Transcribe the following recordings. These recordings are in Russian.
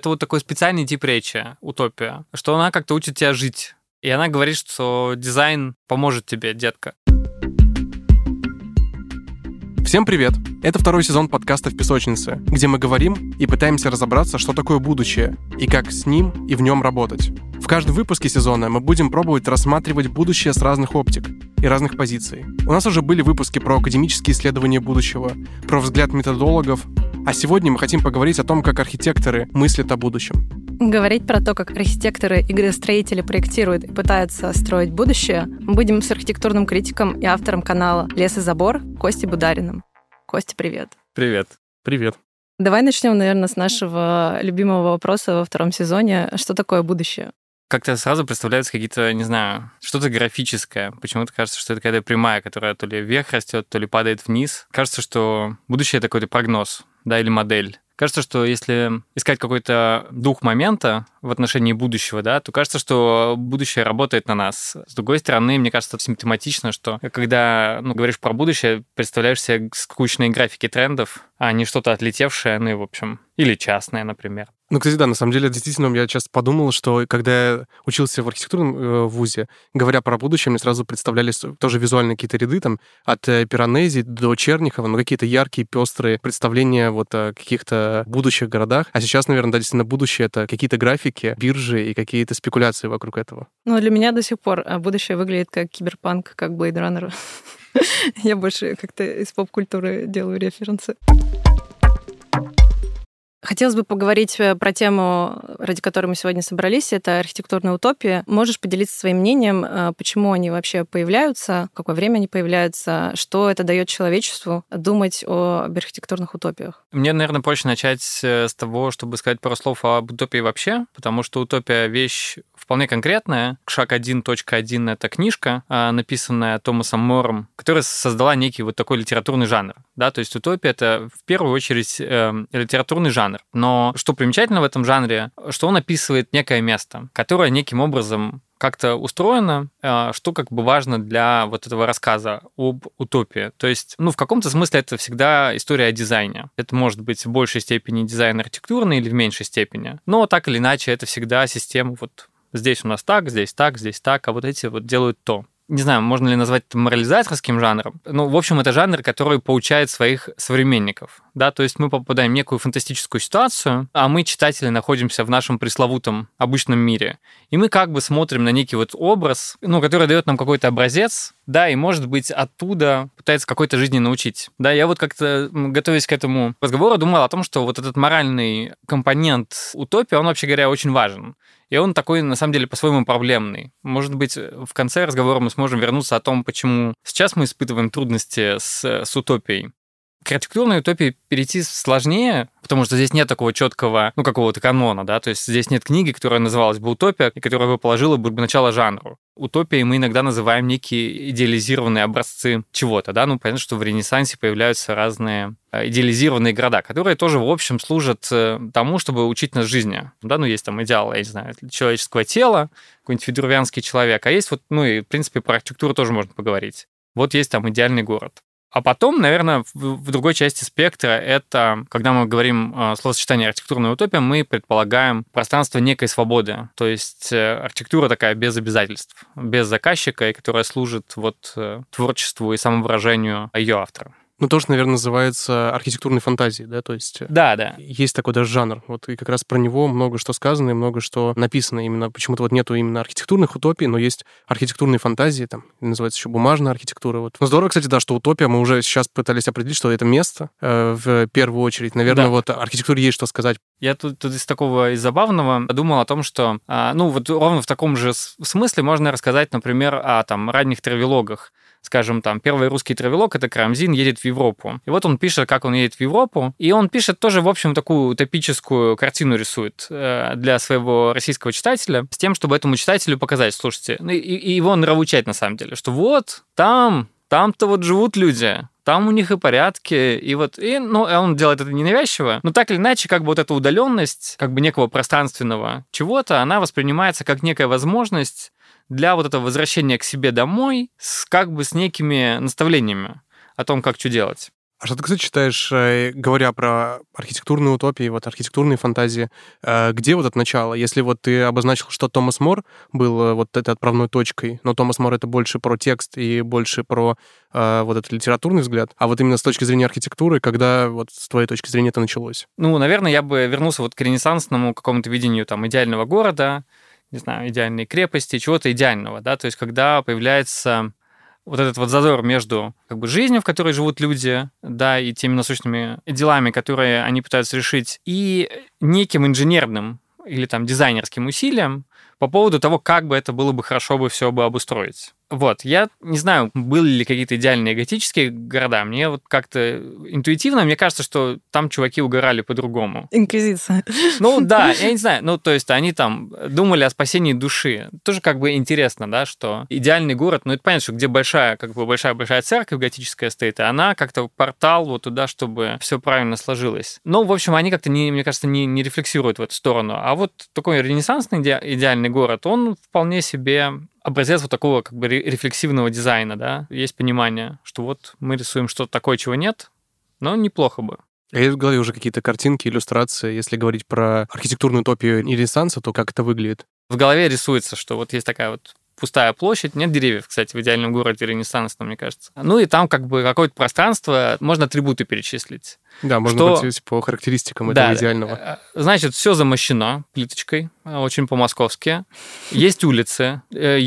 Это вот такой специальный тип речи, утопия, что она как-то учит тебя жить. И она говорит, что дизайн поможет тебе, детка. Всем привет! Это второй сезон подкаста «В песочнице», где мы говорим и пытаемся разобраться, что такое будущее, и как с ним и в нем работать. В каждом выпуске сезона мы будем пробовать рассматривать будущее с разных оптик и разных позиций. У нас уже были выпуски про академические исследования будущего, про взгляд методологов, а сегодня мы хотим поговорить о том, как архитекторы мыслят о будущем. Говорить про то, как архитекторы и градостроители проектируют и пытаются строить будущее, мы будем с архитектурным критиком и автором канала «Лес и забор» Костей Будариным. Костя, привет. Привет. Привет. Давай начнем, наверное, с нашего любимого вопроса во втором сезоне. Что такое будущее? Как-то сразу представляются какие-то, не знаю, что-то графическое. Почему-то кажется, что это какая-то прямая, которая то ли вверх растет, то ли падает вниз. Кажется, что будущее — это какой-то прогноз, да, или модель. Кажется, что если искать какой-то дух момента в отношении будущего, да, то кажется, что будущее работает на нас. С другой стороны, мне кажется, это симптоматично, что когда говоришь про будущее, представляешь себе скучные графики трендов, а не что-то отлетевшее, в общем, или частное, например. Кстати, да, на самом деле, действительно, я часто подумал, что когда я учился в архитектурном вузе, говоря про будущее, мне сразу представлялись тоже визуальные какие-то ряды, там, от Пиранези до Чернихова, какие-то яркие, пестрые представления вот о каких-то будущих городах. А сейчас, наверное, да, действительно, будущее — это какие-то графики, биржи и какие-то спекуляции вокруг этого. Для меня до сих пор будущее выглядит как киберпанк, как Blade Runner. Я больше как-то из поп-культуры делаю референсы. Хотелось бы поговорить про тему, ради которой мы сегодня собрались. Это архитектурная утопия. Можешь поделиться своим мнением, почему они вообще появляются, в какое время они появляются, что это дает человечеству думать об архитектурных утопиях? Мне, наверное, проще начать с того, чтобы сказать пару слов об утопии вообще, потому что утопия — вещь вполне конкретная. «Шаг 1.1» — это книжка, написанная Томасом Мором, которая создала некий вот такой литературный жанр. Да? То есть утопия — это в первую очередь литературный жанр. Но что примечательно в этом жанре, что он описывает некое место, которое неким образом как-то устроено, что как бы важно для вот этого рассказа об утопии. То есть, в каком-то смысле это всегда история о дизайне. Это может быть в большей степени дизайн архитектурный или в меньшей степени. Но так или иначе это всегда система вот здесь у нас так, здесь так, здесь так, а вот эти вот делают то. Не знаю, можно ли назвать это морализаторским жанром. В общем, это жанр, который поучает своих современников. Да? То есть мы попадаем в некую фантастическую ситуацию, а мы, читатели, находимся в нашем пресловутом обычном мире. И мы как бы смотрим на некий вот образ, который дает нам какой-то образец, да, и, может быть, оттуда пытается какой-то жизни научить. Да, я вот как-то, готовясь к этому разговору, думал о том, что вот этот моральный компонент утопии, он, вообще говоря, очень важен. И он такой, на самом деле, по-своему проблемный. Может быть, в конце разговора мы сможем вернуться о том, почему сейчас мы испытываем трудности с утопией. К архитектурной утопии перейти сложнее, потому что здесь нет такого четкого, какого-то канона, да, то есть здесь нет книги, которая называлась бы «Утопия», и которая бы положила бы начало жанру. Утопией мы иногда называем некие идеализированные образцы чего-то, да, понятно, что в Ренессансе появляются разные идеализированные города, которые тоже, в общем, служат тому, чтобы учить нас жизни, да, есть там идеал, я не знаю, человеческого тела, какой-нибудь видрувианский человек, а есть вот, и, в принципе, про архитектуру тоже можно поговорить. Вот есть там идеальный город. А потом, наверное, в другой части спектра это, когда мы говорим словосочетание архитектурная утопия, мы предполагаем пространство некой свободы. То есть архитектура такая без обязательств, без заказчика, и которая служит вот творчеству и самовыражению ее автора. Тоже, наверное, называется архитектурной фантазией, да, то есть... Да. Есть такой даже жанр, и как раз про него много что сказано и много что написано. Именно почему-то вот нету именно архитектурных утопий, но есть архитектурные фантазии, там, называется еще бумажная архитектура. Вот. Здорово, кстати, да, что утопия, мы уже сейчас пытались определить, что это место в первую очередь. Наверное, вот архитектуре есть что сказать. Я тут из забавного думал о том, что, вот ровно в таком же смысле можно рассказать, например, о ранних травелогах. Скажем, первый русский травелог — это Карамзин, едет в Европу. И вот он пишет, как он едет в Европу, и он пишет тоже, в общем, такую утопическую картину рисует для своего российского читателя, с тем, чтобы этому читателю показать, слушайте, и его нравоучать на самом деле, что вот там-то вот живут люди, там у них и порядки, он делает это ненавязчиво, но так или иначе, как бы вот эта удаленность, как бы некого пространственного чего-то, она воспринимается как некая возможность для вот этого возвращения к себе домой с некими наставлениями о том, как что делать. А что ты, кстати, считаешь, говоря про архитектурные утопии, вот архитектурные фантазии, где вот это начало? Если вот ты обозначил, что Томас Мор был вот этой отправной точкой, но Томас Мор — это больше про текст и больше про вот этот литературный взгляд, а вот именно с точки зрения архитектуры, когда вот с твоей точки зрения это началось? Ну, наверное, я бы вернулся вот к ренессансному какому-то видению там идеального города, не знаю, идеальной крепости, чего-то идеального, да, то есть когда появляется вот этот вот зазор между как бы жизнью, в которой живут люди, да, и теми насущными делами, которые они пытаются решить, и неким инженерным или там дизайнерским усилием по поводу того, как бы это было бы хорошо бы все бы обустроить. Вот, я не знаю, были ли какие-то идеальные готические города. Мне вот как-то интуитивно, мне кажется, что там чуваки угорали по-другому. Инквизиция. Ну да, я не знаю, ну то есть они там думали о спасении души. Тоже как бы интересно, да, что идеальный город, ну это понятно, что где большая церковь готическая стоит, и она как-то портал вот туда, чтобы все правильно сложилось. Ну, в общем, они как-то, мне кажется, не рефлексируют в эту сторону. А вот такой ренессансный идеальный город, он вполне себе образец вот такого как бы рефлексивного дизайна, да, есть понимание, что вот мы рисуем что-то такое, чего нет, но неплохо бы. А есть в голове уже какие-то картинки, иллюстрации, если говорить про архитектурную утопию Ренессанса, то как это выглядит? В голове рисуется, что вот есть такая вот пустая площадь, нет деревьев, кстати, в идеальном городе ренессансном, мне кажется. Ну и там как бы какое-то пространство, можно атрибуты перечислить. Да, можно пойти по характеристикам этого идеального. Значит, все замощено плиточкой, очень по-московски. Есть улицы,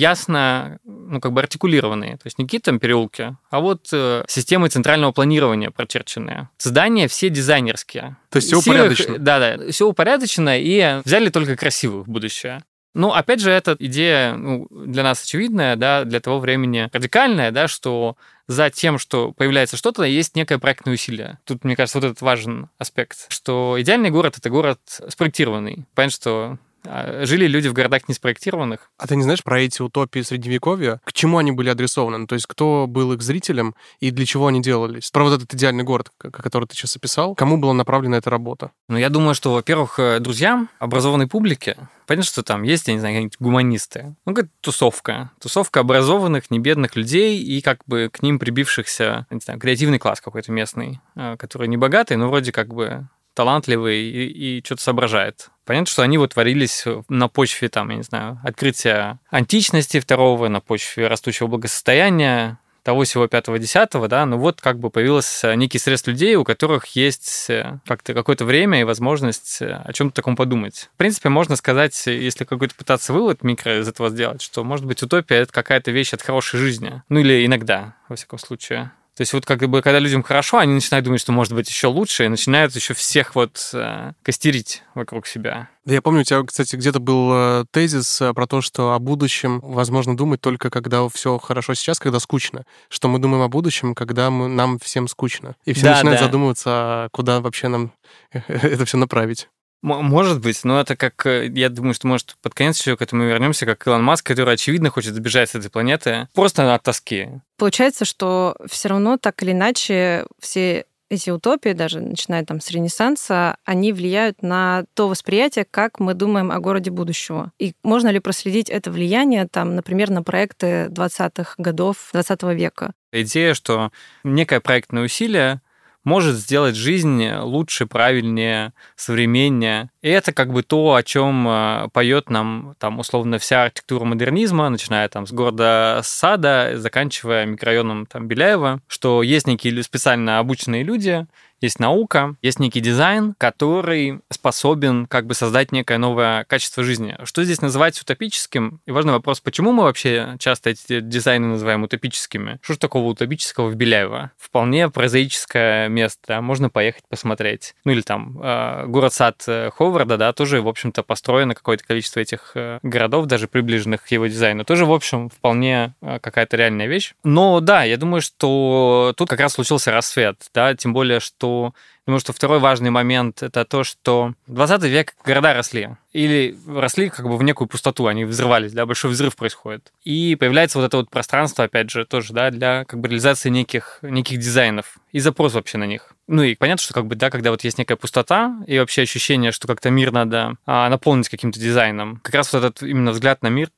ясно, ну, как бы артикулированные, то есть не какие-то там переулки, а вот системы центрального планирования прочерченные. Здания все дизайнерские. То есть все упорядочено. Да, все упорядочено, и взяли только красивых в будущее. Ну, опять же, эта идея для нас очевидная, да, для того времени радикальная, да, что за тем, что появляется что-то, есть некое проектное усилие. Тут, мне кажется, вот этот важен аспект, что идеальный город — это город спроектированный. Понятно, что жили люди в городах не спроектированных. А ты не знаешь про эти утопии Средневековья? К чему они были адресованы? Ну, то есть кто был их зрителем и для чего они делались? Про вот этот идеальный город, который ты сейчас описал, кому была направлена эта работа? Ну, я думаю, что, во-первых, друзьям, образованной публике, понятно, что там есть, я не знаю, какие-нибудь гуманисты. Ну, какая-то тусовка. Тусовка образованных, небедных людей и как бы к ним прибившихся, не знаю, креативный класс какой-то местный, который не богатый, но вроде как бы талантливый и что-то соображает. Понятно, что они вот творились на почве, там, я не знаю, открытия античности второго, на почве растущего благосостояния, того всего 5-10, да, но вот как бы появился некий срез людей, у которых есть как-то какое-то время и возможность о чем-то таком подумать. В принципе, можно сказать, если какой-то пытаться вывод микро из этого сделать, что, может быть, утопия — это какая-то вещь от хорошей жизни. Ну или иногда, во всяком случае. То есть вот как бы, когда людям хорошо, они начинают думать, что может быть еще лучше, и начинают еще всех вот костерить вокруг себя. Да, я помню, у тебя, кстати, где-то был тезис про то, что о будущем возможно думать только когда все хорошо сейчас, когда скучно. Что мы думаем о будущем, когда нам всем скучно. И все начинают задумываться, куда вообще нам это все направить. Может быть, но это как, я думаю, что, может, под конец еще к этому вернемся, как Илон Маск, который, очевидно, хочет сбежать с этой планеты просто от тоски. Получается, что все равно так или иначе все эти утопии, даже начиная там с Ренессанса, они влияют на то восприятие, как мы думаем о городе будущего. И можно ли проследить это влияние, там, например, на проекты 20-х годов 20 века? Идея, что некое проектное усилие может сделать жизнь лучше, правильнее, современнее. И это как бы то, о чем поет нам там условно вся архитектура модернизма, начиная там с города Сада, заканчивая микрорайоном там Беляева, что есть некие специально обученные люди, есть наука, есть некий дизайн, который способен как бы создать некое новое качество жизни. Что здесь называть утопическим? И важный вопрос, почему мы вообще часто эти дизайны называем утопическими? Что же такого утопического в Беляево? Вполне прозаическое место, можно поехать посмотреть. Ну или там город-сад Ховарда, да, тоже, в общем-то, построено какое-то количество этих городов, даже приближенных к его дизайну. Тоже, в общем, вполне какая-то реальная вещь. Но да, я думаю, что тут как раз случился рассвет, да, тем более, что думаю, что второй важный момент — это то, что в 20 век города росли. Или росли как бы в некую пустоту, они взрывались, да, большой взрыв происходит. И появляется вот это вот пространство, опять же, тоже, да, для как бы реализации неких дизайнов и запрос вообще на них. Ну и понятно, что как бы, да, когда вот есть некая пустота и вообще ощущение, что как-то мир надо наполнить каким-то дизайном, как раз вот этот именно взгляд на мир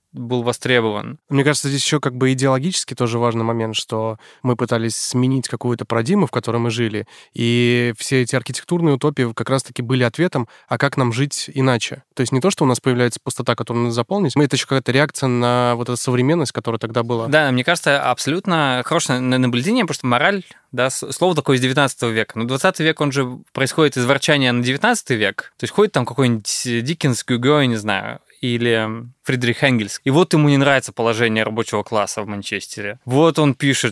был востребован. Мне кажется, здесь еще как бы идеологически тоже важный момент, что мы пытались сменить какую-то парадигму, в которой мы жили, и все эти архитектурные утопии как раз-таки были ответом, а как нам жить иначе. То есть не то, что у нас появляется пустота, которую надо заполнить, это еще какая-то реакция на вот эту современность, которая тогда была. Да, мне кажется, абсолютно хорошее наблюдение, потому что мораль, да, слово такое из 19 века. Но 20 век, он же происходит из ворчания на 19 век. То есть ходит там какой-нибудь Диккенс, Гюго, я не знаю, или Фридрих Энгельс. И вот ему не нравится положение рабочего класса в Манчестере. Вот он пишет,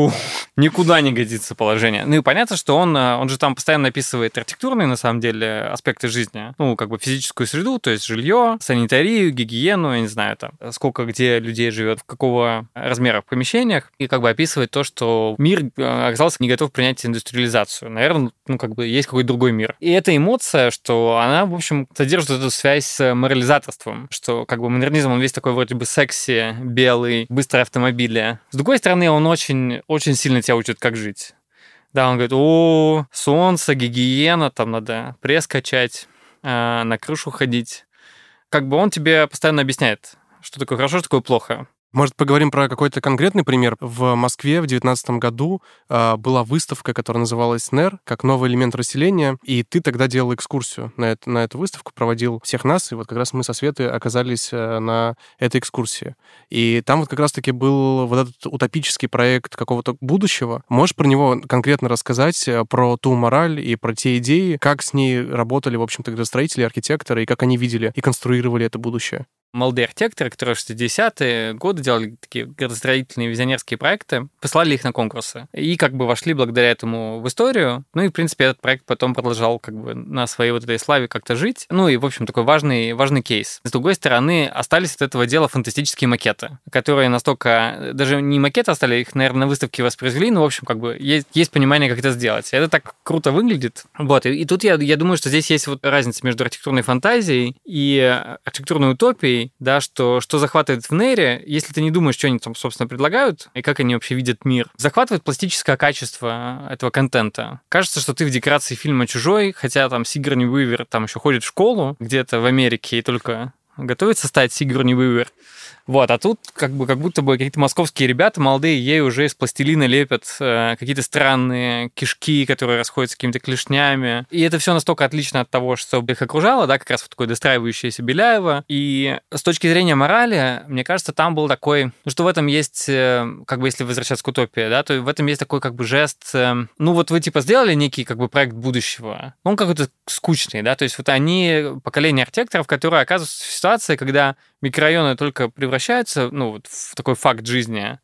никуда не годится положение. Ну и понятно, что он же там постоянно описывает архитектурные, на самом деле, аспекты жизни. Ну, как бы физическую среду, то есть жилье, санитарию, гигиену, я не знаю, там, сколько где людей живет, в какого размера в помещениях. И как бы описывает то, что мир оказался не готов принять индустриализацию. Наверное, ну, как бы есть какой-то другой мир. И эта эмоция, что она, в общем, содержит эту связь с морализаторством, что как бы модернизм, он весь такой вроде бы секси, белый, быстрые автомобили. С другой стороны, он очень, очень сильно тебя учит, как жить. Да, он говорит, солнце, гигиена, там надо пресс качать, на крышу ходить. Как бы он тебе постоянно объясняет, что такое хорошо, что такое плохо. Может, поговорим про какой-то конкретный пример? В Москве в 2019 году была выставка, которая называлась НЭР, как новый элемент расселения, и ты тогда делал экскурсию на эту выставку, проводил всех нас, и вот как раз мы со Светой оказались на этой экскурсии. И там вот как раз-таки был вот этот утопический проект какого-то будущего. Можешь про него конкретно рассказать, про ту мораль и про те идеи, как с ней работали, в общем-то, градостроители, архитекторы, и как они видели и конструировали это будущее? Молодые архитекторы, которые в 60-е годы делали такие градостроительные визионерские проекты, послали их на конкурсы. И как бы вошли благодаря этому в историю. Ну и, в принципе, этот проект потом продолжал как бы на своей вот этой славе как-то жить. Ну и, в общем, такой важный кейс. С другой стороны, остались от этого дела фантастические макеты, которые настолько... Даже не макеты остались, их, наверное, на выставке воспроизвели, но, в общем, как бы есть понимание, как это сделать. Это так круто выглядит. Вот. И тут я думаю, что здесь есть вот разница между архитектурной фантазией и архитектурной утопией, да, что захватывает в НЭРе, если ты не думаешь, что они там, собственно, предлагают, и как они вообще видят мир, захватывает пластическое качество этого контента. Кажется, что ты в декорации фильма «Чужой», хотя там Сигурни Уивер там еще ходит в школу где-то в Америке и только готовится стать Сигурни Уивер. Вот, а тут как будто бы какие-то московские ребята молодые ей уже из пластилина лепят какие-то странные кишки, которые расходятся какими-то клешнями. И это все настолько отлично от того, что их окружало, да, как раз вот такое достраивающееся Беляево. И с точки зрения морали, мне кажется, там был такой, что в этом есть, как бы если возвращаться к утопии, да, то в этом есть такой как бы жест, ну вот вы типа сделали некий как бы проект будущего, он какой-то скучный, да, то есть вот они, поколение архитекторов, которые оказываются в ситуации, когда микрорайоны только превращаются, ну, вот в такой факт жизни,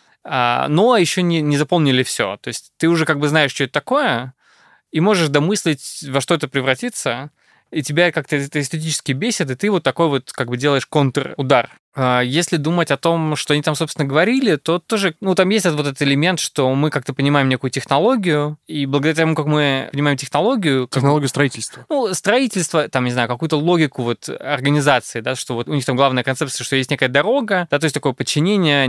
но еще не заполнили все. То есть ты уже как бы знаешь, что это такое, и можешь домыслить, во что это превратится, и тебя как-то это эстетически бесит, и ты вот такой вот как бы делаешь контрудар. Если думать о том, что они там, собственно, говорили, то тоже, ну, там есть вот этот элемент, что мы как-то понимаем некую технологию, и благодаря тому, как мы понимаем технологию... Технологию строительства. Ну, строительство, там, не знаю, какую-то логику вот организации, да, что вот у них там главная концепция, что есть некая дорога, да, то есть такое подчинение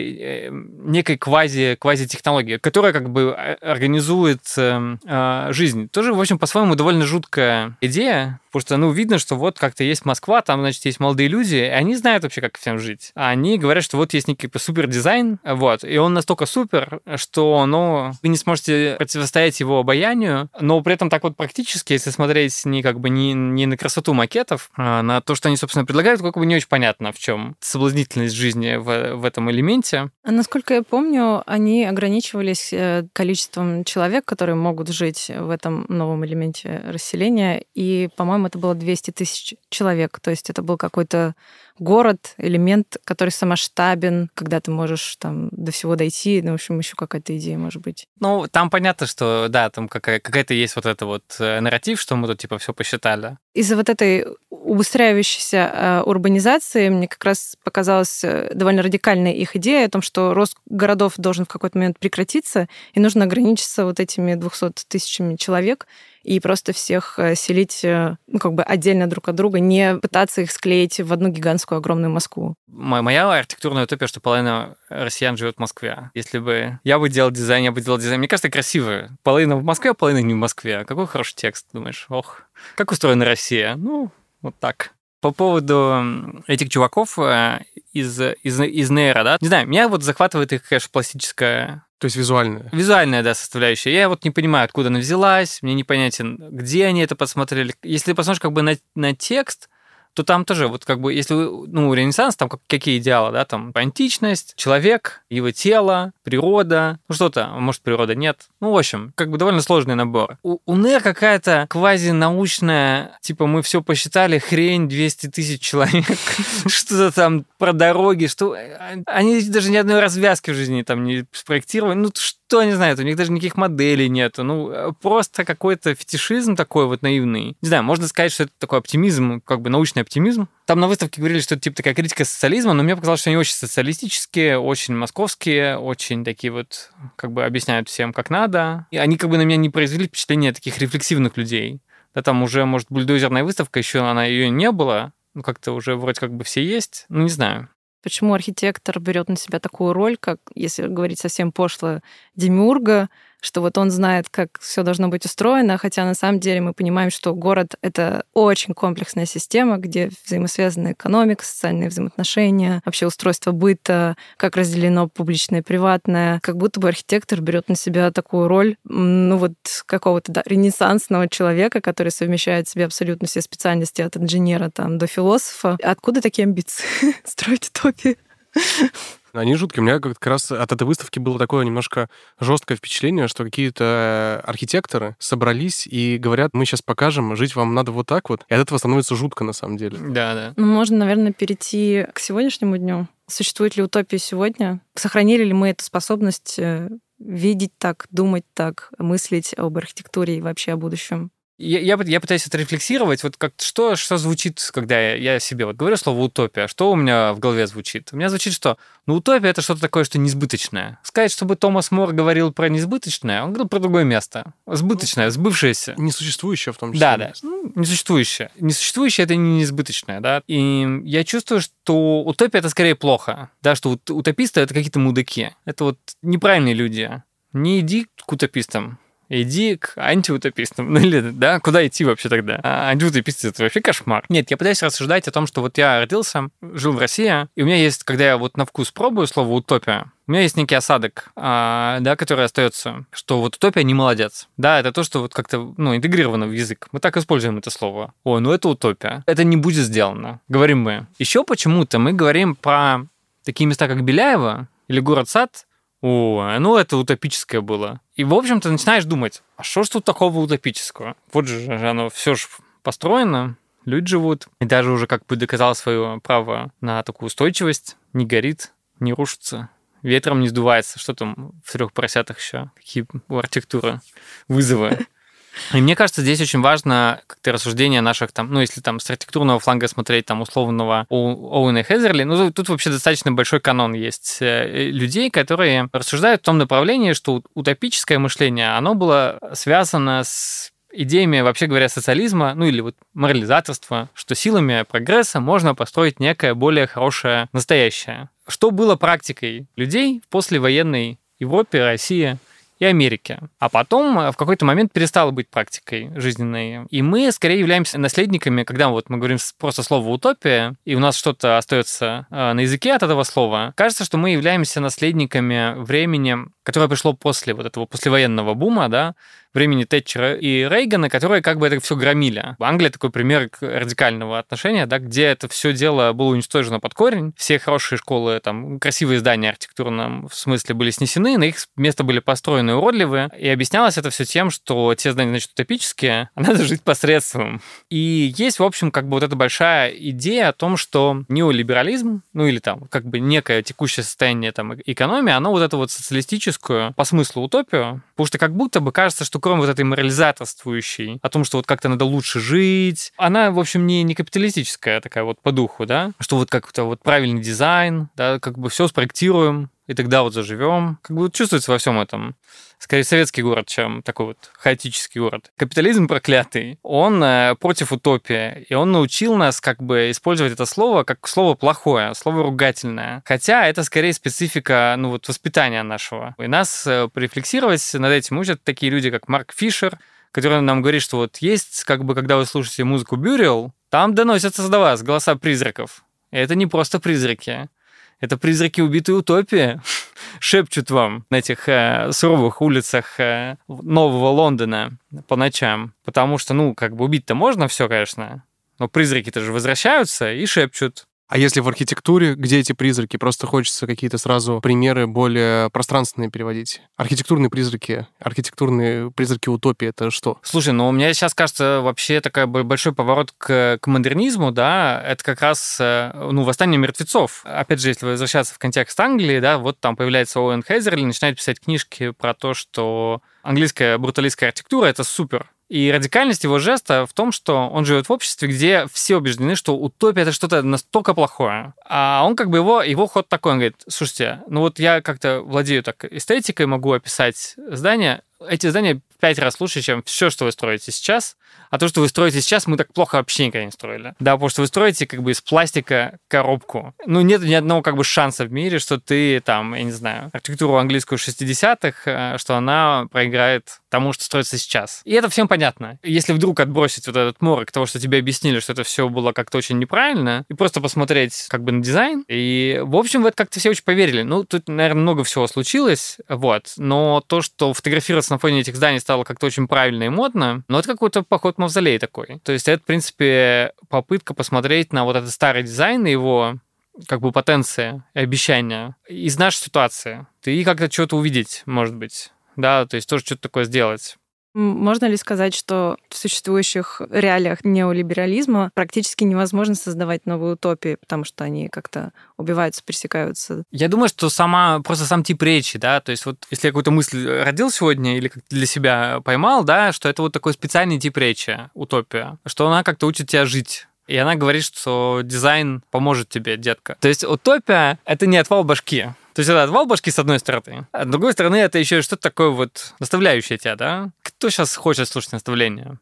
некой квази-технологии, которая как бы организует жизнь. Тоже, в общем, по-своему довольно жуткая идея, потому что, ну, видно, что вот как-то есть Москва, там, значит, есть молодые люди, и они знают вообще, как всем жить. А они говорят, что вот есть некий супер дизайн, вот, и он настолько супер, что, ну, вы не сможете противостоять его обаянию, но при этом так вот практически, если смотреть не на красоту макетов, а на то, что они, собственно, предлагают, как бы не очень понятно, в чем соблазнительность жизни в этом элементе. Насколько я помню, они ограничивались количеством человек, которые могут жить в этом новом элементе расселения, и, по-моему, это было 200 тысяч человек, то есть это был какой-то город, элемент, который самоштабен, когда ты можешь там до всего дойти, ну, в общем, еще какая-то идея может быть. Ну, там понятно, что, да, там какая-то есть вот это вот нарратив, что мы тут типа все посчитали. Из-за вот этой убыстряющейся урбанизации мне как раз показалась довольно радикальная их идея о том, что рост городов должен в какой-то момент прекратиться, и нужно ограничиться вот этими 200 тысячами человек и просто всех селить, ну, как бы отдельно друг от друга, не пытаться их склеить в одну гигантскую огромную Москву. Моя архитектурная утопия, что половина россиян живет в Москве. Если бы я бы делал дизайн, Мне кажется, красиво. Половина в Москве, а половина не в Москве. Какой хороший текст, думаешь? Ох, как устроена Россия? Ну, вот так. По поводу этих чуваков из нейро, да, не знаю, меня вот захватывает их, конечно, пластическая... То есть визуальная. Визуальная, да, составляющая. Я вот не понимаю, откуда она взялась, мне непонятен, где они это посмотрели. Если ты посмотришь как бы на текст, то там тоже, вот как бы, если, Ренессанс, там какие идеалы, да, там античность, человек, его тело, природа, что-то, может, природа нет. В общем, как бы довольно сложный набор. У НЭР какая-то квазинаучная, типа, мы все посчитали, хрень, 200 тысяч человек, что-то там про дороги, что... Они даже ни одной развязки в жизни там не спроектировали, что они знают, у них даже никаких моделей нету, просто какой-то фетишизм такой вот наивный. Не знаю, можно сказать, что это такой оптимизм, как бы научный оптимизм. Там на выставке говорили, что это типа такая критика социализма, но мне показалось, что они очень социалистические, очень московские, очень такие вот, как бы объясняют всем, как надо. И они как бы на меня не произвели впечатление таких рефлексивных людей. Да, там уже, может, бульдозерная выставка, еще ее не было, как-то уже вроде как бы все есть, не знаю. Почему архитектор берет на себя такую роль, как, если говорить совсем пошло, демиурга, что вот он знает, как все должно быть устроено, хотя на самом деле мы понимаем, что город — это очень комплексная система, где взаимосвязана экономика, социальные взаимоотношения, вообще устройство быта, как разделено публичное и приватное. Как будто бы архитектор берет на себя такую роль, какого-то ренессансного человека, который совмещает в себе абсолютно все специальности от инженера до философа. Откуда такие амбиции строить утопию? Они жуткие. У меня как раз от этой выставки было такое немножко жесткое впечатление, что какие-то архитекторы собрались и говорят, мы сейчас покажем, жить вам надо вот так вот. И от этого становится жутко на самом деле. Да. Можно, наверное, перейти к сегодняшнему дню. Существует ли утопия сегодня? Сохранили ли мы эту способность видеть так, думать так, мыслить об архитектуре и вообще о будущем? Я пытаюсь это рефлексировать. Вот что звучит, когда я себе говорю слово «утопия», что у меня в голове звучит? У меня звучит, что утопия — это что-то такое, что несбыточное. Сказать, чтобы Томас Мор говорил про несбыточное, он говорил про другое место. Сбыточное, сбывшееся. Несуществующее в том числе. Да. Несуществующее. Несуществующее — это не несбыточное, да. И я чувствую, что утопия — это скорее плохо. Да, что утописты — это какие-то мудаки. Это вот неправильные люди. Не иди к утопистам. Иди к антиутопистам. Куда идти вообще тогда? Антиутописты — это вообще кошмар. Нет, я пытаюсь рассуждать о том, что вот я родился, жил в России, и у меня есть, когда я вот на вкус пробую слово «утопия», у меня есть некий осадок, который остается, что вот утопия не молодец. Да, это то, что вот как-то интегрировано в язык. Мы так используем это слово. Это утопия. Это не будет сделано, говорим мы. Еще почему-то мы говорим про такие места, как Беляево или город-сад. Это утопическое было. И, в общем-то, начинаешь думать, а что ж тут такого утопического? Вот же оно все же построено, люди живут, и даже уже как бы доказал свое право на такую устойчивость, не горит, не рушится, ветром не сдувается. Что там в «Трех поросятах» еще? Какие у архитектуры вызовы? И мне кажется, здесь очень важно как-то рассуждение наших если с архитектурного фланга смотреть условного Оуэна Хезерли, тут вообще достаточно большой канон есть людей, которые рассуждают в том направлении, что утопическое мышление, оно было связано с идеями, вообще говоря, социализма, или морализаторства, что силами прогресса можно построить некое более хорошее настоящее. Что было практикой людей в послевоенной Европе, России и Америки. А потом в какой-то момент перестало быть практикой жизненной. И мы скорее являемся наследниками, когда мы говорим просто слово «утопия», и у нас что-то остается на языке от этого слова, кажется, что мы являемся наследниками времени, которое пришло после этого послевоенного бума, да, времени Тэтчера и Рейгана, которые как бы это все громили. Англия такой пример радикального отношения, да, где это все дело было уничтожено под корень, все хорошие школы, красивые здания в архитектурном смысле были снесены, на их место были построены уродливые, и объяснялось это все тем, что те здания, значит, утопические, а надо жить посредством. И есть, в общем, как бы эта большая идея о том, что неолиберализм, или некое текущее состояние экономии, оно эту социалистическую по смыслу утопию, потому что как будто бы кажется, что кроме этой морализаторствующей о том, что как-то надо лучше жить, она, в общем, не капиталистическая такая по духу, да, что как-то правильный дизайн, да, как бы все спроектируем, и тогда заживем. Как бы чувствуется во всем этом. Скорее, советский город, чем такой хаотический город. Капитализм проклятый, он против утопии, и он научил нас как бы использовать это слово как слово плохое, слово ругательное. Хотя это скорее специфика, воспитания нашего. И нас порефлексировать над этим учат такие люди, как Марк Фишер, который нам говорит, что есть, как бы, когда вы слушаете музыку Burial, Там доносятся до вас голоса призраков. Это не просто призраки. Это призраки убитой утопии. Шепчут вам на этих суровых улицах Нового Лондона по ночам. Потому что, убить-то можно все, конечно. Но призраки-то же возвращаются и шепчут. А если в архитектуре, где эти призраки? Просто хочется какие-то сразу примеры более пространственные переводить. Архитектурные призраки утопии — это что? Слушай, мне сейчас кажется, вообще такой большой поворот к модернизму, да, это как раз, «Восстание мертвецов». Опять же, если возвращаться в контекст Англии, да, вот там появляется Оуэн Хейзерли, начинает писать книжки про то, что английская бруталистская архитектура — это супер. И радикальность его жеста в том, что он живет в обществе, где все убеждены, что утопия — это что-то настолько плохое. А он его ход такой, он говорит: слушайте, я как-то владею так эстетикой, могу описать здания. Эти здания в 5 раз лучше, чем все, что вы строите сейчас. А то, что вы строите сейчас, мы так плохо вообще никогда не строили. Да, потому что вы строите из пластика коробку. Нет ни одного шанса в мире, что ты там, я не знаю, архитектуру английскую 60-х, что она проиграет тому, что строится сейчас. И это всем понятно. Если вдруг отбросить вот этот морок того, что тебе объяснили, что это все было как-то очень неправильно, и просто посмотреть на дизайн, и, в общем, в это как-то все очень поверили. Тут, наверное, много всего случилось, но то, что фотографироваться на фоне этих зданий стало как-то очень правильно и модно, это какой-то поход в мавзолей такой. То есть это, в принципе, попытка посмотреть на вот этот старый дизайн и его потенции и обещания из нашей ситуации. И как-то что-то увидеть, может быть. Да, то есть тоже что-то такое сделать. Можно ли сказать, что в существующих реалиях неолиберализма практически невозможно создавать новые утопии, потому что они как-то убиваются, пресекаются? Я думаю, что сам тип речи, да, то есть если я какую-то мысль родил сегодня или как-то для себя поймал, да, что это такой специальный тип речи, утопия, что она как-то учит тебя жить. И она говорит, что дизайн поможет тебе, детка. То есть утопия — это не отвал башки. То есть это отвал башки с одной стороны, а с другой стороны это еще что-то такое наставляющее тебя, да? Кто сейчас хочет слушать наставления?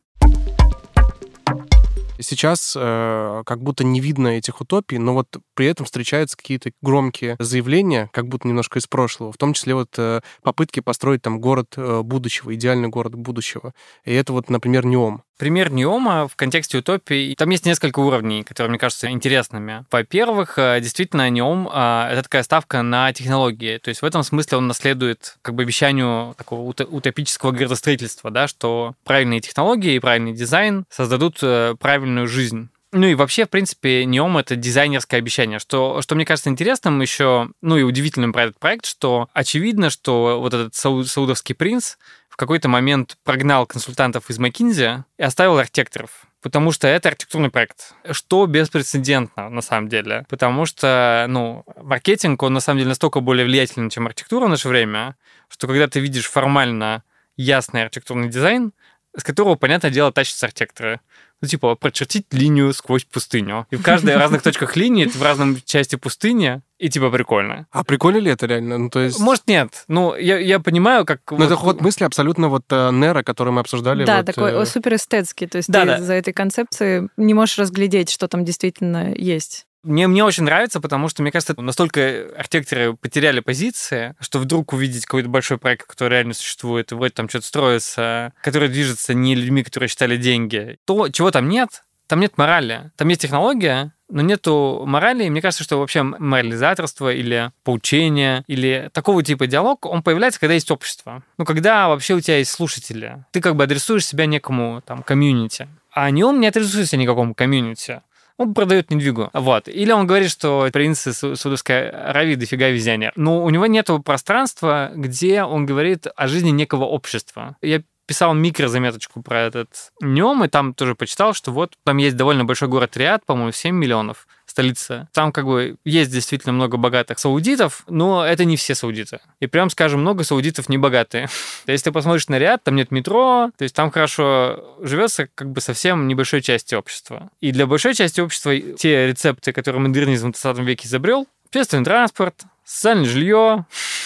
Сейчас как будто не видно этих утопий, но при этом встречаются какие-то громкие заявления, как будто немножко из прошлого, в том числе попытки построить там город будущего, идеальный город будущего. И это например, НЕОМ. Пример НЕОМа в контексте утопии, там есть несколько уровней, которые мне кажутся интересными. Во-первых, действительно, НЕОМ — это такая ставка на технологии. То есть в этом смысле он наследует обещанию такого утопического градостроительства, да, что правильные технологии и правильный дизайн создадут правильную жизнь. И вообще, в принципе, НЕОМ — это дизайнерское обещание. Что мне кажется интересным еще, и удивительным про этот проект, что очевидно, что этот саудовский принц в какой-то момент прогнал консультантов из McKinsey и оставил архитекторов. Потому что это архитектурный проект, что беспрецедентно на самом деле. Потому что, маркетинг, он на самом деле настолько более влиятельный, чем архитектура в наше время, что когда ты видишь формально ясный архитектурный дизайн, с которого, понятное дело, тащатся архитекторы. Прочертить линию сквозь пустыню. И в каждой разных точках линии, в разном части пустыни, и прикольно. А прикольно ли это реально? Может, нет. Я понимаю, как... это ход мысли абсолютно Нера, который мы обсуждали. Да, такой суперэстетский. То есть ты за этой концепцией не можешь разглядеть, что там действительно есть. Мне очень нравится, потому что, мне кажется, настолько архитекторы потеряли позиции, что вдруг увидеть какой-то большой проект, который реально существует, и вроде там что-то строится, который движется не людьми, которые считали деньги, то, чего там нет морали. Там есть технология, но нету морали, и мне кажется, что вообще морализаторство или поучение, или такого типа диалог, он появляется, когда есть общество. Когда вообще у тебя есть слушатели. Ты адресуешь себя некому комьюнити. А он не адресуется никакому комьюнити. Он продает недвигу. Или он говорит, что принц из Саудовской Аравии дофига визионер. Но у него нет пространства, где он говорит о жизни некого общества. Я писал микрозаметочку про этот НЕОМ, и там тоже почитал, что там есть довольно большой город Риад, по-моему, 7 миллионов, столица. Там есть действительно много богатых саудитов, но это не все саудиты. И прям скажем, много саудитов небогатые. Если ты посмотришь на Риад, там нет метро, то есть там хорошо живется совсем небольшой части общества. И для большой части общества те рецепты, которые модернизм в 20 веке изобрел, общественный транспорт, социальное жилье,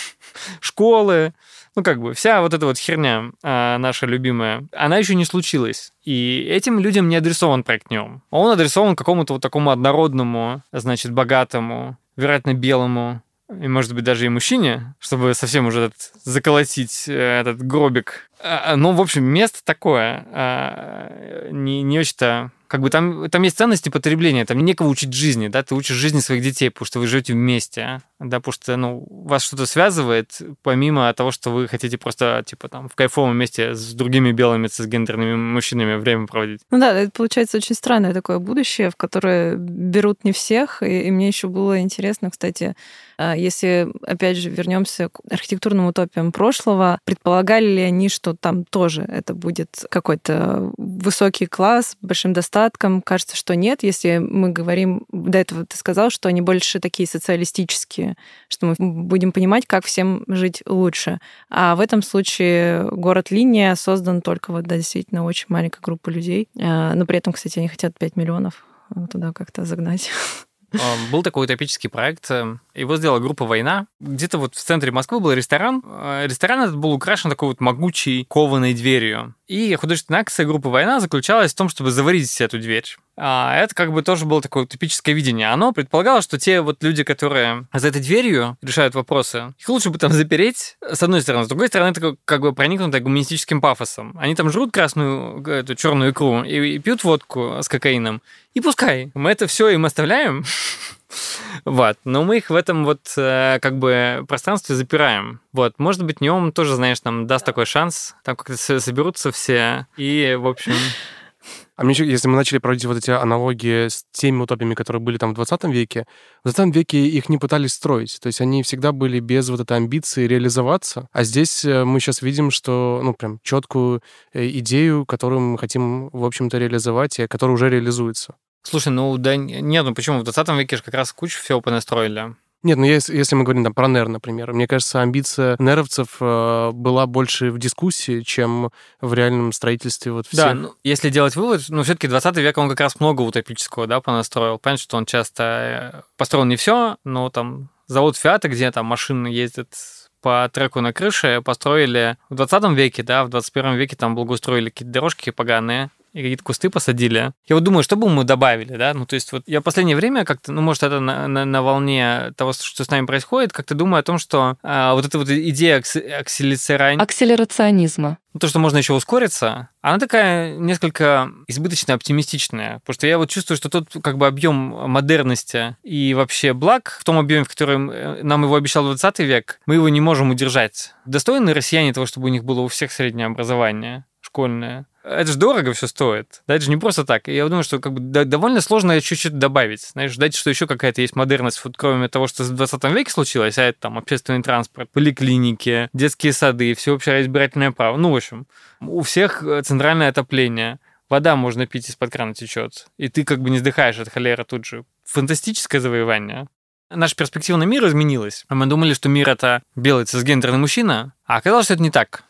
школы, вся эта херня наша любимая, она еще не случилась. И этим людям не адресован проект НЕОМ. Он адресован какому-то такому однородному, богатому, вероятно, белому, и, может быть, даже и мужчине, чтобы совсем уже заколотить этот гробик. В общем, место такое, не очень-то Как бы там есть ценности потребления, там некого учить жизни, да, ты учишь жизни своих детей, потому что вы живете вместе, да, потому что, вас что-то связывает, помимо того, что вы хотите просто, типа, там, в кайфовом месте с другими белыми цисгендерными мужчинами время проводить. Да, это получается очень странное такое будущее, в которое берут не всех, и мне еще было интересно, кстати, если, опять же, вернемся к архитектурным утопиям прошлого, предполагали ли они, что там тоже это будет какой-то высокий класс с большим достатком? Кажется, что нет. Если мы говорим, до этого ты сказал, что они больше такие социалистические, что мы будем понимать, как всем жить лучше. А в этом случае город-линия создан только действительно очень маленькая группа людей. Но при этом, кстати, они хотят 5 миллионов туда как-то загнать. Был такой утопический проект, его сделала группа «Война». Где-то вот в центре Москвы был ресторан. Ресторан этот был украшен такой вот могучей кованой дверью. И художественная акция группы «Война» заключалась в том, чтобы заварить эту дверь. Это как бы тоже было такое утопическое видение. Оно предполагало, что те вот люди, которые за этой дверью решают вопросы, их лучше бы там запереть, с одной стороны. С другой стороны, это как бы проникнуто гуманистическим пафосом. Они там жрут красную, эту черную икру и пьют водку с кокаином. И пускай. Мы это все им оставляем. Вот. Но мы их в этом вот как бы пространстве запираем. Вот. Может быть, в нем тоже, знаешь, нам даст такой шанс. Там как-то соберутся все. И, в общем... А мне еще, если мы начали проводить вот эти аналогии с теми утопиями, которые были там в 20 веке, в 20 веке их не пытались строить. То есть они всегда были без вот этой амбиции реализоваться. А здесь мы сейчас видим, что, прям четкую идею, которую мы хотим, в общем-то, реализовать, и которая уже реализуется. Слушай, почему? В 20 веке же как раз кучу всего понастроили. Нет, если мы говорим там про НЭР, например, мне кажется, амбиция НЭРовцев была больше в дискуссии, чем в реальном строительстве вот всех. Да, если делать вывод, все-таки 20 век он как раз много утопического, да, понастроил. Понятно, что он часто построил не все, но там завод Фиата, где там машины ездят по треку на крыше, построили в 20 веке, да, в 21 веке там благоустроили какие-то дорожки поганые, и какие-то кусты посадили. Я вот думаю, что бы мы добавили, да? То есть вот я в последнее время как-то, может, это на волне того, что с нами происходит, как-то думаю о том, что вот эта вот идея акселерационизма. То, что можно еще ускориться, она такая несколько избыточно оптимистичная, потому что я вот чувствую, что тот как бы объем модерности и вообще благ в том объеме, в котором нам его обещал 20 век, мы его не можем удержать. Достойны россияне того, чтобы у них было у всех среднее образование школьное? Это же дорого все стоит. Да, это же не просто так. И я думаю, что как бы довольно сложно чуть-чуть добавить. Знаешь, ждать, что еще какая-то есть модерность, вот, кроме того, что в 20 веке случилось, а это там общественный транспорт, поликлиники, детские сады, всеобщее избирательное право. В общем, у всех центральное отопление. Вода можно пить, из-под крана течет. И ты как бы не сдыхаешь от холеры тут же. Фантастическое завоевание. Наша перспектива на мир изменилась. Мы думали, что мир — это белый цисгендерный мужчина, а оказалось, что это не так.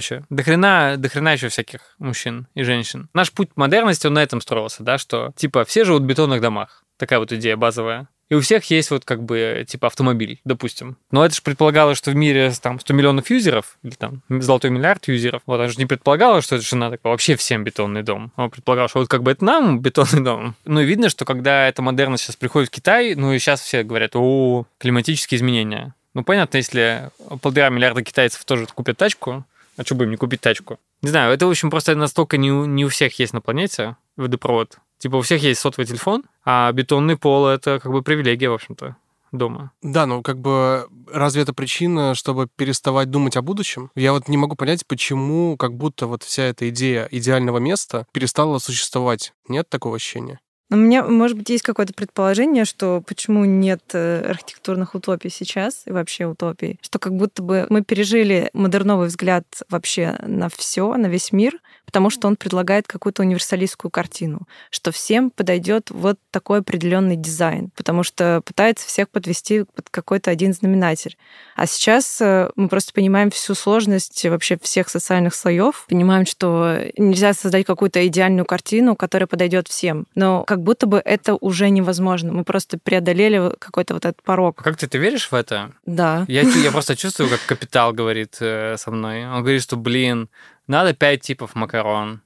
Дохрена еще всяких мужчин и женщин. Наш путь модерности, он на этом строился, да, что, типа, все живут в бетонных домах. Такая вот идея базовая. И у всех есть вот как бы, типа, автомобиль, допустим. Но это же предполагало, что в мире там 100 миллионов юзеров, или там золотой миллиард юзеров, вот, она же не предполагала, что это же надо вообще всем бетонный дом. Она предполагала, что вот как бы это нам бетонный дом. Ну и видно, что когда эта модерность сейчас приходит в Китай, и сейчас все говорят: о, климатические изменения. Понятно, если 1,5 миллиарда китайцев тоже купят тачку, а что бы им не купить тачку? Не знаю, это, в общем, просто настолько не у всех есть на планете водопровод. Типа у всех есть сотовый телефон, а бетонный пол — это как бы привилегия, в общем-то, дома. Да, как бы разве это причина, чтобы переставать думать о будущем? Я вот не могу понять, почему как будто вот вся эта идея идеального места перестала существовать. Нет такого ощущения? У меня, может быть, есть какое-то предположение, что почему нет архитектурных утопий сейчас и вообще утопий, что как будто бы мы пережили модерновый взгляд вообще на все, на весь мир, потому что он предлагает какую-то универсалистскую картину, что всем подойдет вот такой определенный дизайн, потому что пытается всех подвести под какой-то один знаменатель. А сейчас мы просто понимаем всю сложность вообще всех социальных слоев, понимаем, что нельзя создать какую-то идеальную картину, которая подойдет всем. Но как будто бы это уже невозможно. Мы просто преодолели какой-то вот этот порог. Как ты веришь в это? Да. Я просто чувствую, как Капитал говорит со мной. Он говорит, что, надо 5 типов макарон,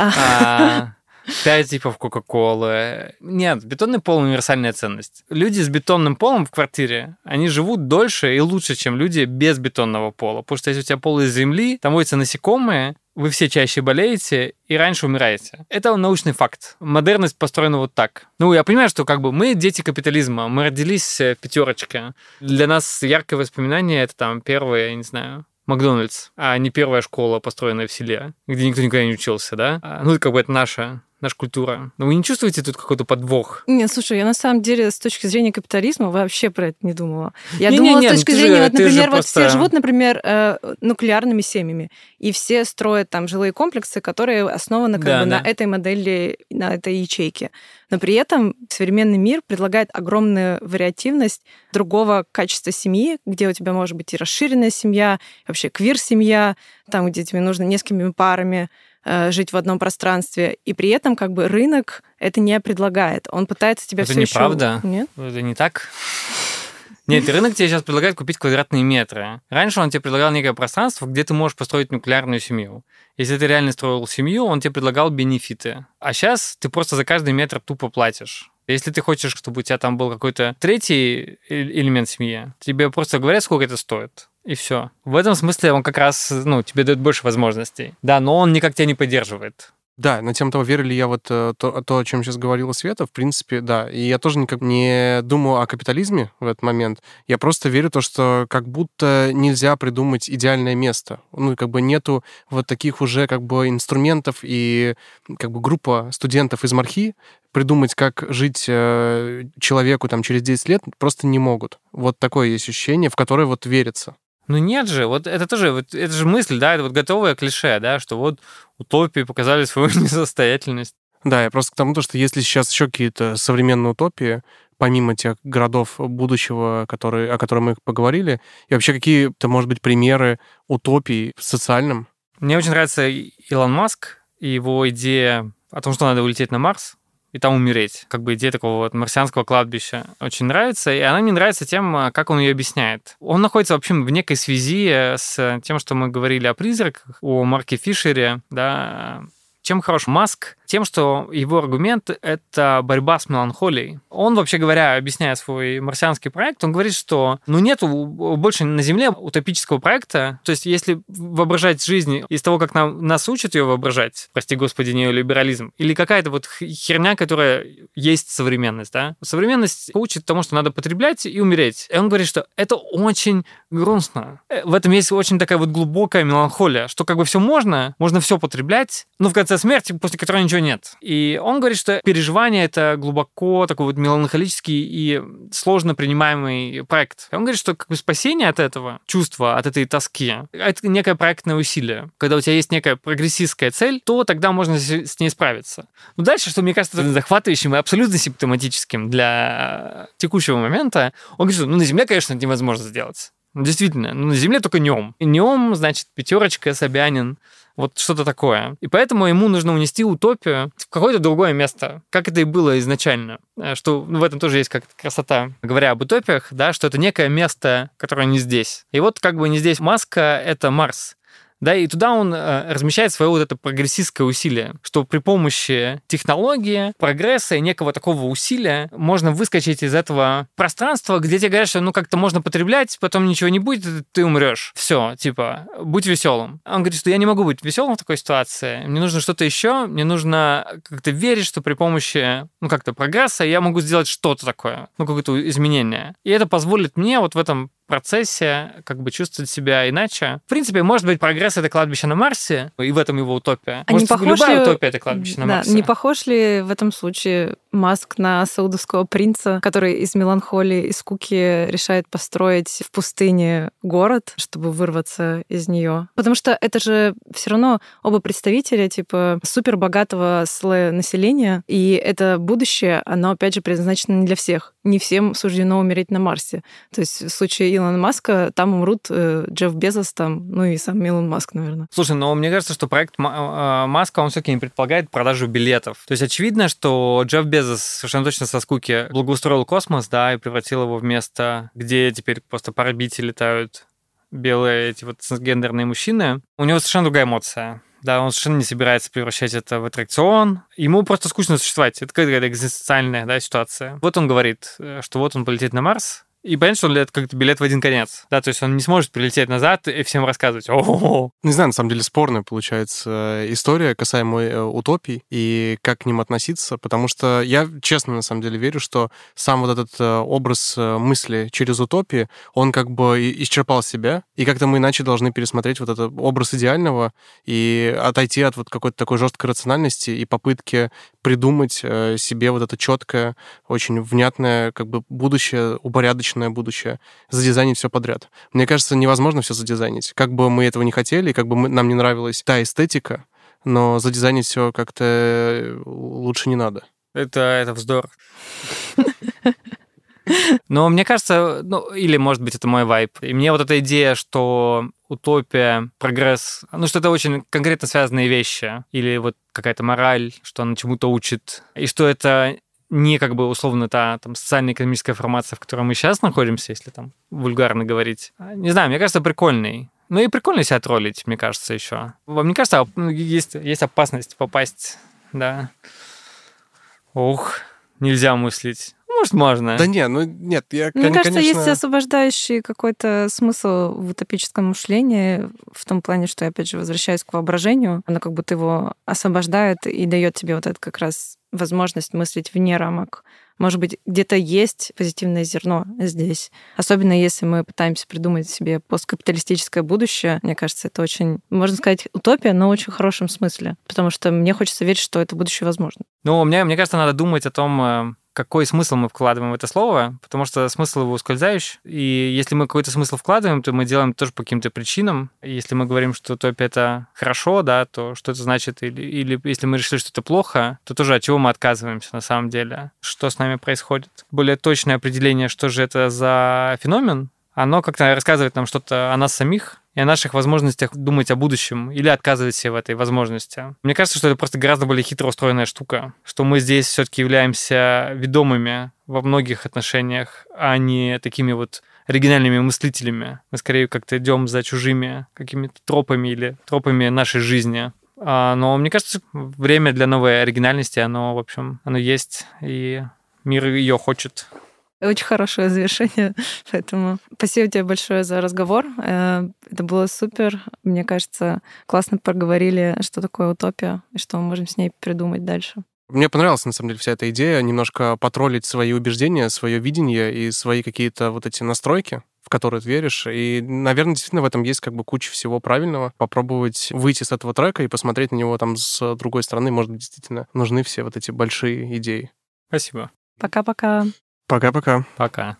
5 типов Кока-Колы. Нет, бетонный пол — универсальная ценность. Люди с бетонным полом в квартире, они живут дольше и лучше, чем люди без бетонного пола. Потому что если у тебя пол из земли, там водятся насекомые, вы все чаще болеете и раньше умираете. Это научный факт. Модерность построена вот так. Ну, я понимаю, что как бы мы дети капитализма, мы родились в пятерочке. Для нас яркое воспоминание — это там первое, я не знаю, Макдональдс, а не первая школа, построенная в селе, где никто никогда не учился, да? Ну, как бы это наша культура. Но вы не чувствуете тут какой-то подвох? Нет, слушай, я на самом деле с точки зрения капитализма вообще про это не думала. Я думала с точки зрения, вот, например, вот все живут, например, нуклеарными семьями, и все строят там жилые комплексы, которые основаны как бы на этой модели, на этой ячейке. Но при этом современный мир предлагает огромную вариативность другого качества семьи, где у тебя может быть и расширенная семья, вообще квир-семья, там, где тебе нужно несколькими парами жить в одном пространстве, и при этом как бы рынок это не предлагает. Он пытается тебя все еще... Это неправда. Нет? Это не так. Нет, рынок тебе сейчас предлагает купить квадратные метры. Раньше он тебе предлагал некое пространство, где ты можешь построить нуклеарную семью. Если ты реально строил семью, он тебе предлагал бенефиты. А сейчас ты просто за каждый метр тупо платишь. Если ты хочешь, чтобы у тебя там был какой-то третий элемент семьи, тебе просто говорят, сколько это стоит. И все. В этом смысле он как раз, тебе дает больше возможностей. Да, но он никак тебя не поддерживает. Да, на тему того, верю ли я то, о чем сейчас говорила Света, в принципе, да. И я тоже никак не думаю о капитализме в этот момент. Я просто верю в то, что как будто нельзя придумать идеальное место. Как бы нету вот таких уже как бы инструментов, и как бы группа студентов из МАРХИ придумать, как жить человеку там через 10 лет, просто не могут. Вот такое есть ощущение, в которое вот верится. Ну нет же, вот это тоже, это же мысль, да, это вот готовое клише, да, что вот утопии показали свою несостоятельность. Да, я просто к тому, что если сейчас еще какие-то современные утопии, помимо тех городов будущего, о которых мы поговорили, и вообще какие-то, может быть, примеры утопий в социальном? Мне очень нравится Илон Маск и его идея о том, что надо улететь на Марс и там умереть. Как бы идея такого вот марсианского кладбища очень нравится, и она мне нравится тем, как он ее объясняет. Он находится, в общем, в некой связи с тем, что мы говорили о призраках, о Марке Фишере, да. Чем хорош Маск? Тем, что его аргумент — это борьба с меланхолией. Он, вообще говоря, объясняя свой марсианский проект, он говорит, что нету больше на Земле утопического проекта. То есть если воображать жизнь из того, как нас учат ее воображать, прости господи, неолиберализм, или какая-то вот херня, которая есть современность, да? Современность учит тому, что надо потреблять и умереть. И он говорит, что это очень грустно. В этом есть очень такая вот глубокая меланхолия, что как бы все можно все потреблять, но в конце смерти, после которой ничего нет. И он говорит, что переживание — это глубоко такой вот меланхолический и сложно принимаемый проект. И он говорит, что как бы спасение от этого чувства, от этой тоски — это некое проектное усилие. Когда у тебя есть некая прогрессистская цель, то тогда можно с ней справиться. Но дальше, что мне кажется захватывающим и абсолютно симптоматическим для текущего момента, он говорит, что на Земле, конечно, это невозможно сделать. Действительно, на Земле только Неом. И Неом, значит, пятерочка, Собянин, вот что-то такое. И поэтому ему нужно унести утопию в какое-то другое место, как это и было изначально. Что в этом тоже есть как-то красота. Говоря об утопиях, да, что это некое место, которое не здесь. И вот как бы не здесь Маска — это Марс. Да, и туда он размещает свое вот это прогрессистское усилие, что при помощи технологии, прогресса и некого такого усилия можно выскочить из этого пространства, где тебе говорят, что как-то можно потреблять, потом ничего не будет, ты умрешь. Все, типа, будь веселым. Он говорит, что я не могу быть веселым в такой ситуации, мне нужно что-то еще, мне нужно как-то верить, что при помощи, как-то прогресса я могу сделать что-то такое, какое-то изменение. И это позволит мне вот в этом процессе как бы чувствовать себя иначе. В принципе, может быть, прогресс — это кладбище на Марсе, и в этом его утопия. Может, любая утопия — это кладбище на Марсе. Не похож ли в этом случае Маск на саудовского принца, который из меланхолии и скуки решает построить в пустыне город, чтобы вырваться из нее? Потому что это же все равно оба представителя типа супербогатого слоя населения, и это будущее, оно, опять же, предназначено не для всех. Не всем суждено умереть на Марсе. То есть в случае Илона Маска там умрут Джефф Безос, и сам Илон Маск, наверное. Слушай, но мне кажется, что проект Маска, он все-таки не предполагает продажу билетов. То есть очевидно, что Джефф Безос совершенно точно со скуки благоустроил космос, да, и превратил его в место, где теперь просто по орбите летают белые эти вот трансгендерные мужчины. У него совершенно другая эмоция. Да, он совершенно не собирается превращать это в аттракцион. Ему просто скучно существовать. Это какая-то экзистенциальная, да, ситуация. Вот он говорит, что вот он полетит на Марс, И понятно, что это как-то билет в один конец. Да, то есть он не сможет прилететь назад и всем рассказывать. О-о-о. Не знаю, на самом деле спорная получается история касаемо утопий и как к ним относиться, потому что я честно на самом деле верю, что сам вот этот образ мысли через утопии, он как бы исчерпал себя, и как-то мы иначе должны пересмотреть вот этот образ идеального и отойти от вот какой-то такой жесткой рациональности и попытки придумать себе вот это четкое, очень внятное как бы будущее, упорядоченное будущее, задизайнить все подряд. Мне кажется, невозможно все задизайнить. Как бы мы этого не хотели, как бы нам не нравилась та эстетика, но задизайнить все как-то лучше не надо. Это вздор. Но мне кажется, или, может быть, это мой вайб. И мне вот эта идея, что утопия, прогресс, что это очень конкретно связанные вещи, или вот какая-то мораль, что она чему-то учит, и что это не как бы условно та там социально-экономическая формация, в которой мы сейчас находимся, если там вульгарно говорить. Не знаю, мне кажется, прикольный. И прикольно себя троллить, мне кажется, еще. Вам не кажется, есть опасность попасть, да? Ух, нельзя мыслить. Может, можно. Да нет, нет. Мне кажется, есть освобождающий какой-то смысл в утопическом мышлении, в том плане, что я, опять же, возвращаюсь к воображению. Оно как будто его освобождает и дает тебе вот это как раз возможность мыслить вне рамок. Может быть, где-то есть позитивное зерно здесь. Особенно если мы пытаемся придумать себе посткапиталистическое будущее. Мне кажется, это очень, можно сказать, утопия, но в очень хорошем смысле. Потому что мне хочется верить, что это будущее возможно. Мне кажется, надо думать о том, какой смысл мы вкладываем в это слово, потому что смысл его ускользающий. И если мы какой-то смысл вкладываем, то мы делаем тоже по каким-то причинам. Если мы говорим, что утопия — это хорошо, да, то что это значит? Или если мы решили, что это плохо, то тоже от чего мы отказываемся на самом деле? Что с нами происходит? Более точное определение, что же это за феномен, оно как-то рассказывает нам что-то о нас самих и о наших возможностях думать о будущем или отказывать себе в этой возможности. Мне кажется, что это просто гораздо более хитро устроенная штука, что мы здесь все-таки являемся ведомыми во многих отношениях, а не такими вот оригинальными мыслителями. Мы скорее как-то идем за чужими какими-то тропами или тропами нашей жизни. Но мне кажется, время для новой оригинальности, оно, в общем, оно есть, и мир ее хочет. Очень хорошее завершение, поэтому спасибо тебе большое за разговор. Это было супер. Мне кажется, классно проговорили, что такое утопия и что мы можем с ней придумать дальше. Мне понравилась, на самом деле, вся эта идея немножко потроллить свои убеждения, свое видение и свои какие-то вот эти настройки, в которые ты веришь. И, наверное, действительно в этом есть как бы куча всего правильного. Попробовать выйти с этого трека и посмотреть на него там с другой стороны. Может быть, действительно нужны все вот эти большие идеи. Спасибо. Пока-пока. Пока-пока. Пока.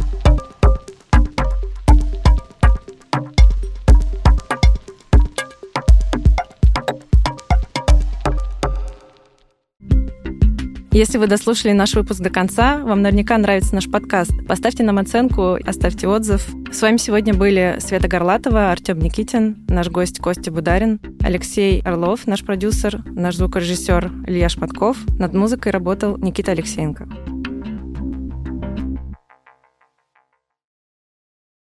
Если вы дослушали наш выпуск до конца, вам наверняка нравится наш подкаст. Поставьте нам оценку, оставьте отзыв. С вами сегодня были Света Горлатова, Артем Никитин, наш гость Костя Бударин, Алексей Орлов, наш продюсер, наш звукорежиссер Илья Шматков. Над музыкой работал Никита Алексеенко.